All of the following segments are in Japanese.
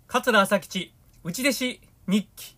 桂朝吉内弟子日記。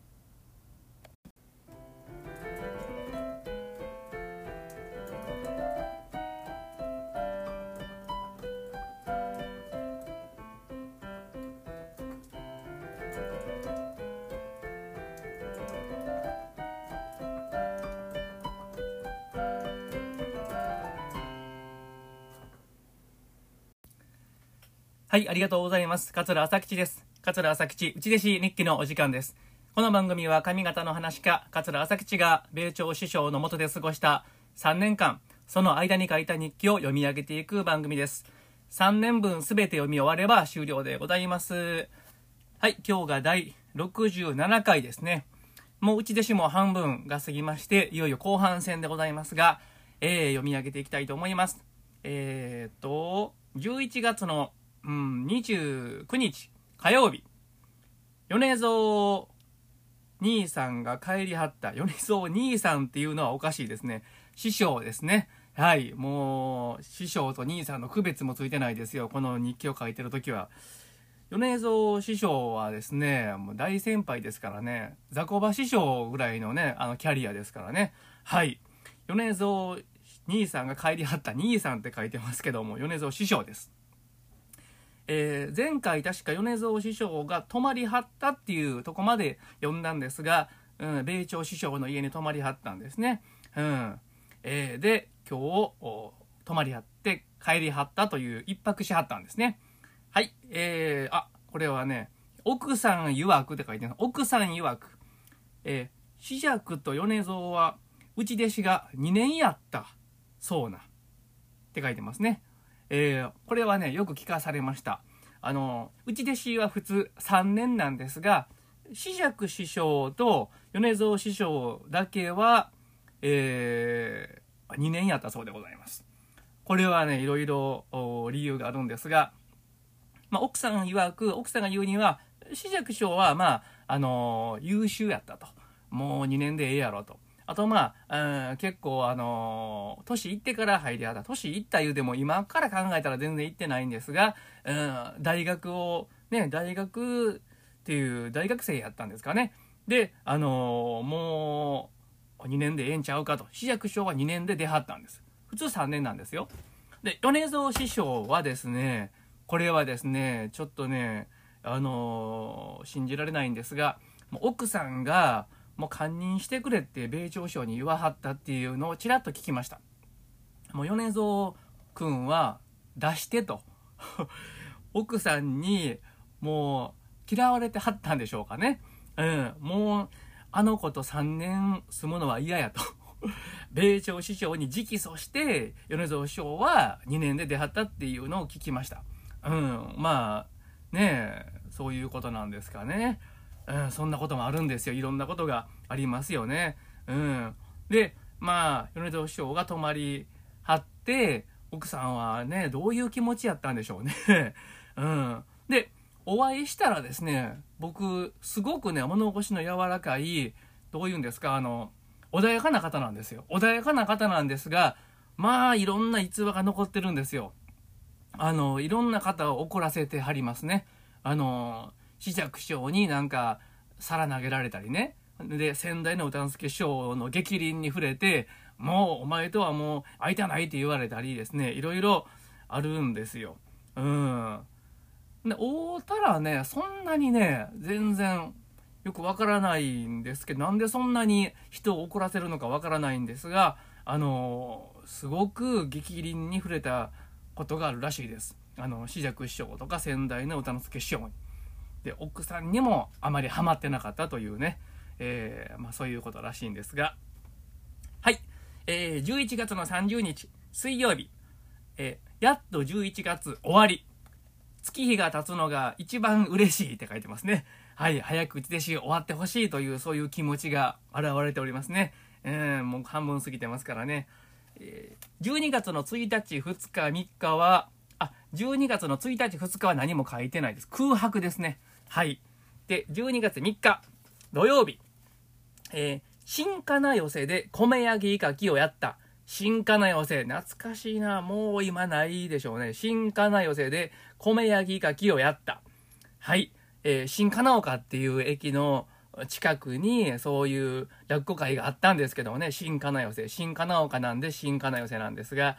はい、ありがとうございます。桂朝吉です。桂朝吉内弟子日記のお時間です。この番組は上方の話家桂朝吉が米朝師匠の下で過ごした3年間、その間に書いた日記を読み上げていく番組です。3年分すべて読み終われば終了でございます。はい、今日が第67回ですね。もう内弟子も半分が過ぎまして、いよいよ後半戦でございますが、読み上げていきたいと思います。11月の29日火曜日、米蔵兄さんが帰りはった。米蔵兄さんっていうのはおかしいですね。師匠ですね。はい、もう師匠と兄さんの区別もついてないですよ、この日記を書いてるときは。米蔵師匠はですね、もう大先輩ですからね、雑魚場師匠ぐらいのね、キャリアですからね。はい、米蔵兄さんが帰りはった。兄さんって書いてますけども、米蔵師匠です。前回確か米蔵師匠が泊まりはったっていうとこまで読んだんですが、米朝師匠の家に泊まりはったんですね。で今日泊まりはって帰りはったという、一泊しはったんですね。はい、これはね、奥さん曰くって書いてます。奥さん曰く、子爵と米蔵は内弟子が2年やったそうなって書いてますね。これはね、よく聞かされました。内弟子は普通3年なんですが、子爵師匠と米蔵師匠だけは、2年やったそうでございます。これはね、いろいろ理由があるんですが、奥さん曰く、奥さんが言うには、子爵師匠は優秀やったと。もう2年でええやろと。あと結構年いってから入りはった。年いった言うても今から考えたら全然行ってないんですが、大学っていう大学生やったんですかね。でもう2年でええんちゃうかと。子爵師匠は2年で出はったんです。普通3年なんですよ。で米蔵師匠はですね、これはですね、ちょっとね信じられないんですが、もう奥さんがもう堪忍してくれって米朝師匠に言わはったっていうのをちらっと聞きました。もう米蔵くんは出してと奥さんにもう嫌われてはったんでしょうかね。もうあの子と3年住むのは嫌やと米朝師匠に直訴して米蔵師匠は2年で出はったっていうのを聞きました。そういうことなんですかね。そんなこともあるんですよ。いろんなことがありますよね。で米蔵師匠が泊まりはって、奥さんはねどういう気持ちやったんでしょうね。でお会いしたらですね、僕すごくね物腰の柔らかい、どういうんですか、穏やかな方なんですよ。穏やかな方なんですが、いろんな逸話が残ってるんですよ。いろんな方を怒らせてはりますね。子爵師匠になんか皿投げられたりね。で先代の歌之助師匠の逆鱗に触れて、もうお前とはもう会いたないって言われたりですね、いろいろあるんですよ。で会うたらね、そんなにね全然よくわからないんですけど、なんでそんなに人を怒らせるのかわからないんですが、すごく逆鱗に触れたことがあるらしいです。子爵師匠とか先代の歌之助師匠に。で奥さんにもあまりハマってなかったというね、そういうことらしいんですが、はい、11月の30日水曜日、やっと11月終わり、月日が経つのが一番嬉しいって書いてますね。はい、早く内弟子終わってほしいという、そういう気持ちが現れておりますね。もう半分過ぎてますからね。12月の1日2日3日は12月の1日2日は何も書いてないです。空白ですね。はい。で12月3日土曜日、新金寄せで米焼きかきをやった。新金寄せ、懐かしいな。もう今ないでしょうね。新金寄せで米焼きかきをやった。はい、 新金岡っていう駅の近くにそういう落語会があったんですけどもね、新金岡なんで新金寄せなんですが、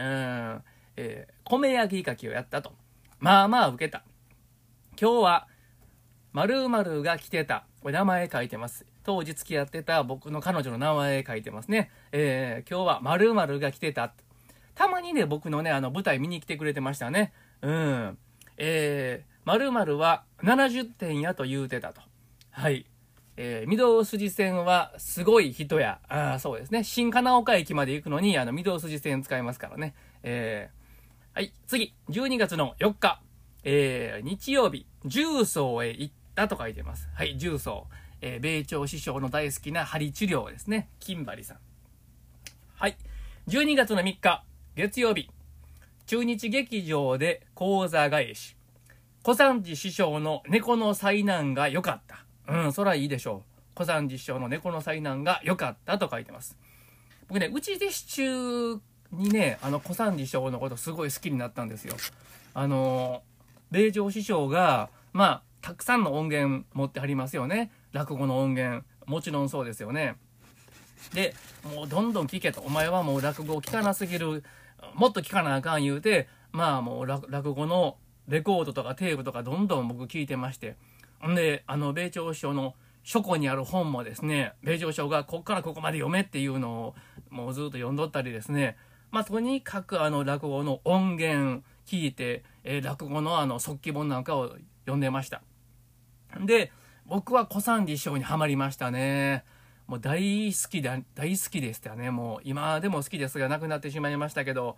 米焼きかきをやったと。まあまあ受けた。今日は〇〇が来てた。これ名前書いてます。当時付き合ってた僕の彼女の名前書いてますね。今日は〇〇が来てた。たまにね、僕のね、舞台見に来てくれてましたね。〇〇は70点やと言うてたと。はい。御堂筋線はすごい人や。そうですね。新金岡駅まで行くのに、御堂筋線使いますからね。はい。次。12月の4日。日曜日、重曹へ行ったと書いてます。はい。重曹。米朝師匠の大好きな針治療ですね。金針さん。はい。12月の3日、月曜日。中日劇場で講座返し。小三治師匠の猫の災難が良かった。そらいいでしょう。小三治師匠の猫の災難が良かったと書いてます。僕ね、うち弟子中にね、小三治師匠のことすごい好きになったんですよ。米朝師匠が、たくさんの音源持ってはりますよね。落語の音源。もちろんそうですよね。で、もうどんどん聞けと。お前はもう落語聞かなすぎる。もっと聞かなあかん言うて、もう落語のレコードとかテープとかどんどん僕聞いてまして。んで、米朝師匠の書庫にある本もですね、米朝師匠がこっからここまで読めっていうのをもうずっと読んどったりですね。とにかく落語の音源聞いて、落語の速記本なんかを読んでました。で、僕は小三治師匠にはまりましたね。もう大好きでしたね。もう今でも好きですが亡くなってしまいましたけど、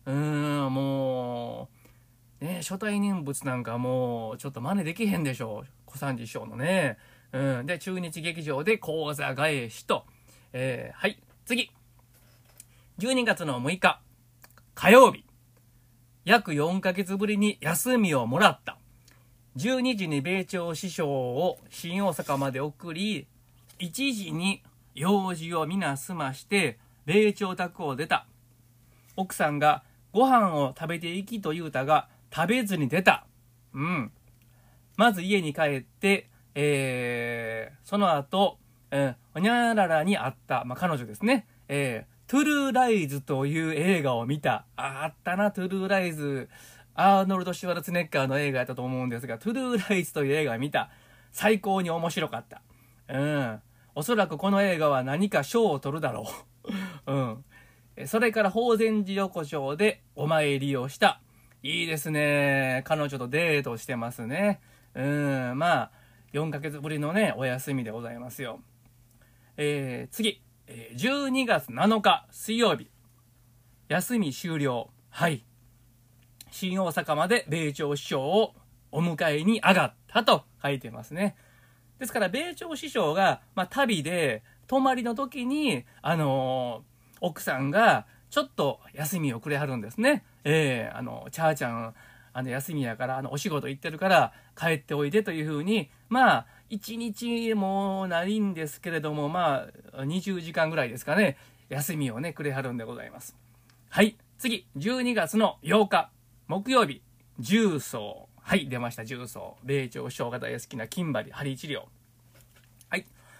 もう、ね、初対念仏なんかもうちょっと真似できへんでしょう。小三治師匠のね。で、中日劇場で講座返しと、はい、次。12月の6日、火曜日。約4ヶ月ぶりに休みをもらった。12時に米朝師匠を新大阪まで送り、1時に用事を皆済まして米朝宅を出た。奥さんがご飯を食べていきと言うたが食べずに出た。まず家に帰って、その後、ほにゃららに会った、彼女ですね。トゥルーライズという映画を見た。あったな、トゥルーライズ。アーノルド・シュワルツェネッガーの映画やったと思うんですが、トゥルーライズという映画を見た。最高に面白かった。おそらくこの映画は何か賞を取るだろう。それから法善寺横丁でお参りをした。いいですね。彼女とデートしてますね。4ヶ月ぶりのね、お休みでございますよ。次。12月7日水曜日。休み終了。はい。新大阪まで米朝師匠をお迎えに上がったと書いてますね。ですから米朝師匠が、旅で泊まりの時に奥さんがちょっと休みをくれはるんですね。チャーちゃん休みやからお仕事行ってるから帰っておいでというふうに1日もないんですけれども20時間ぐらいですかね、休みをねくれはるんでございます。はい、次12月の8日木曜日、重曹。はい、出ました、重曹。米朝師匠が大好きな金針、針治療。はい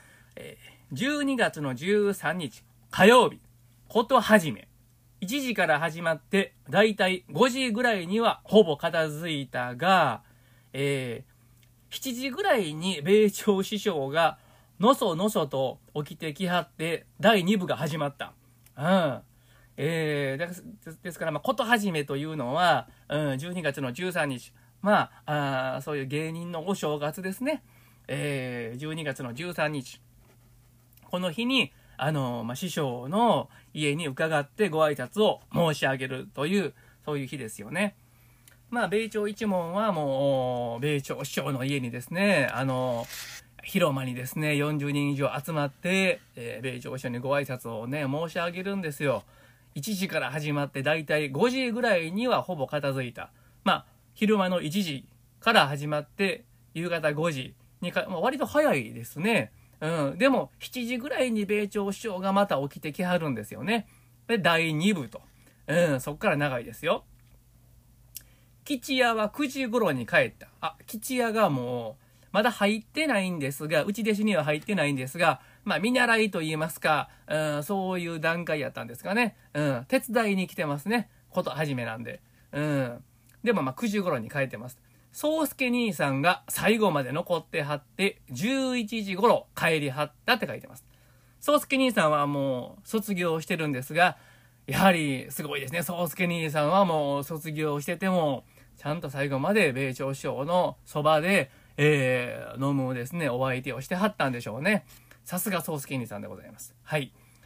。12月の13日、火曜日、こと始め。1時から始まって、だいたい5時ぐらいにはほぼ片付いたが、7時ぐらいに米朝師匠がのそのそと起きてきはって、第2部が始まった。ですから、こと始めというのは、12月の13日、そういう芸人のお正月ですね。12月の13日。この日に、師匠の家に伺ってご挨拶を申し上げるという、そういう日ですよね。米朝一門はもう、米朝師匠の家にですね、広間にですね、40人以上集まって、米朝師匠にご挨拶をね、申し上げるんですよ。1時から始まってだいたい5時ぐらいにはほぼ片付いた。昼間の1時から始まって夕方5時に割と早いですね。でも7時ぐらいに米朝師匠がまた起きてきはるんですよね。で第2部と、そっから長いですよ。吉屋は9時頃に帰った。吉屋がもまだ入ってないんですが、内弟子には入ってないんですが、見習いと言いますか、そういう段階やったんですかね。手伝いに来てますね。こと始めなんで。でも9時頃に帰ってます。宗介兄さんが最後まで残ってはって、11時頃帰りはったって書いてます。宗介兄さんはもう卒業してるんですが、やはりすごいですね。宗介兄さんはもう卒業してても、ちゃんと最後まで米朝師匠のそばで、飲むですね、お相手をしてはったんでしょうね。さすが宗介兄さんでございます。はい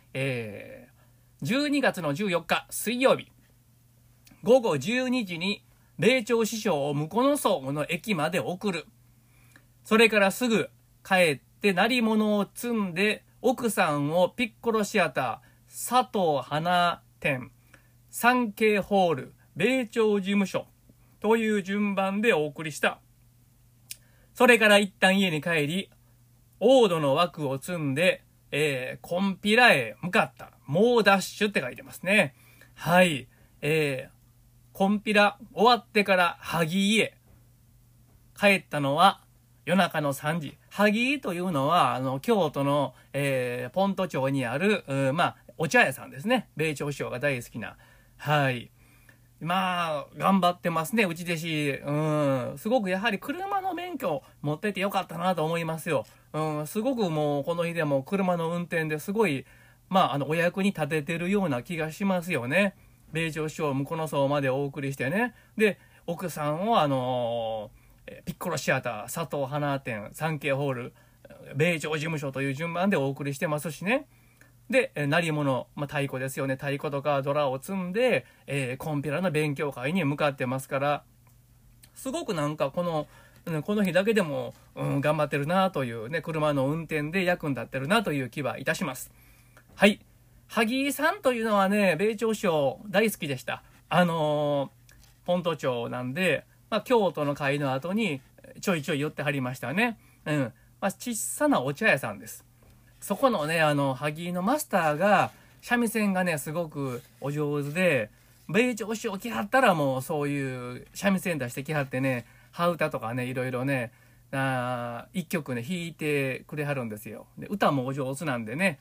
。12月の14日水曜日、午後12時に米朝師匠を向野荘の駅まで送る。それからすぐ帰って鳴り物を積んで、奥さんをピッコロシアター、佐藤花店、三景ホール、米朝事務所という順番でお送りした。それから一旦家に帰り、オードの枠を積んで、コンピラへ向かった。猛ダッシュって書いてますね。はい。コンピラ終わってから萩へ帰ったのは夜中の3時。萩というのは京都の、ポント町にある、お茶屋さんですね。米朝師匠が大好きな。はい。頑張ってますね、内弟子。すごくやはり車の免許持っててよかったなと思いますよ。すごくもうこの日でも車の運転ですごい、お役に立ててるような気がしますよね。米朝師匠向野荘までお送りしてね。で、奥さんをピッコロシアター、佐藤花店、三景ホール、米朝事務所という順番でお送りしてますしね。で、鳴り物、太鼓ですよね。太鼓とかドラを積んで、コンピラの勉強会に向かってますから、すごくなんかこの日だけでも、頑張ってるなというね、車の運転で役に立ってるなという気はいたします。はい。萩井さんというのはね、米朝師匠大好きでした。ポント町なんで、京都の会の後にちょいちょい寄ってはりましたね。小さなお茶屋さんです。そこのね、萩井のマスターが、三味線がね、すごくお上手で、米朝師匠来はったらもうそういう三味線出してきはってね、羽歌とかね、いろいろね、一曲ね、弾いてくれはるんですよ。で、歌もお上手なんでね、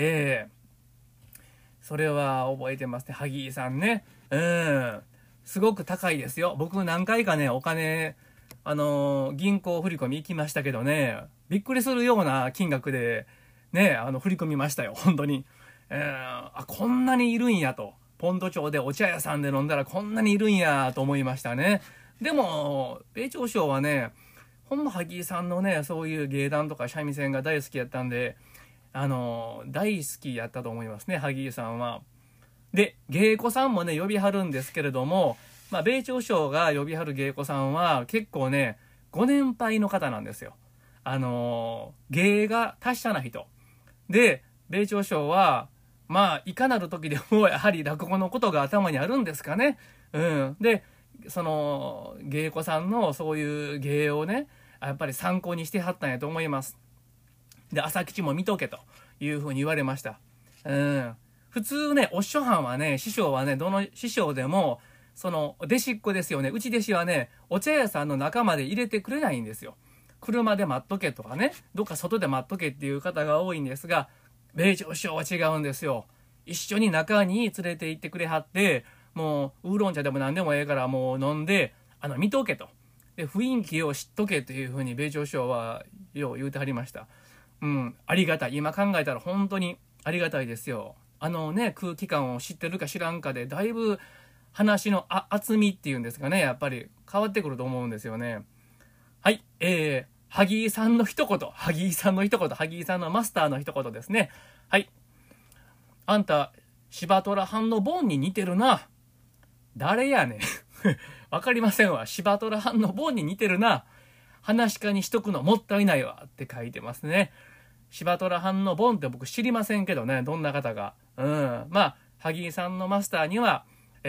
それは覚えてますね、萩井さんね。すごく高いですよ。僕何回かね、お金、銀行振り込み行きましたけどね、びっくりするような金額で、ね、振り込みましたよ、本当に。こんなにいるんやと。ポント町でお茶屋さんで飲んだらこんなにいるんやと思いましたね。でも、米朝師匠はね、ほんま萩井さんのね、そういう芸談とか三味線が大好きやったんで、大好きやったと思いますね、萩井さんは。で、芸妓さんもね、呼びはるんですけれども、米朝師匠が呼びはる芸妓さんは結構ね、ご年配の方なんですよ。芸が達者な人。で、米朝師匠は、いかなる時でもやはり落語のことが頭にあるんですかね。で、その芸妓さんのそういう芸をね、やっぱり参考にしてはったんやと思います。で、朝吉も見とけというふうに言われました。普通ね、お師匠はんはね、師匠はね、どの師匠でも、その弟子っ子ですよね。内弟子はね、お茶屋さんの中まで入れてくれないんですよ。車で待っとけとかね、どっか外で待っとけっていう方が多いんですが、米朝師匠は違うんですよ。一緒に中に連れて行ってくれはって、もうウーロン茶でも何でもええからもう飲んで、見とけと。で、雰囲気を知っとけというふうに米朝師匠はよう言うてはりました。ありがたい。今考えたら本当にありがたいですよ。空気感を知ってるか知らんかで、だいぶ話の厚みっていうんですかね、やっぱり変わってくると思うんですよね。はい、萩井さんの一言、萩井さんのマスターの一言ですね。はい。あんた、柴虎藩のボンに似てるな。誰やねん。わかりませんわ。柴虎藩のボンに似てるな。話し家にしとくのもったいないわって書いてますね。柴虎藩のボンって僕知りませんけどね、どんな方が。萩井さんのマスターには、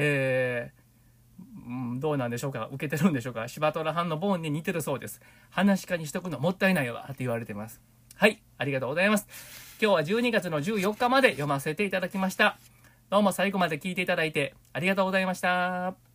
どうなんでしょうか、受けてるんでしょうか。柴虎藩のボンに似てるそうです。話し家にしとくのもったいないわって言われてます。はい、ありがとうございます。今日は12月の14日まで読ませていただきました。どうも最後まで聞いていただいてありがとうございました。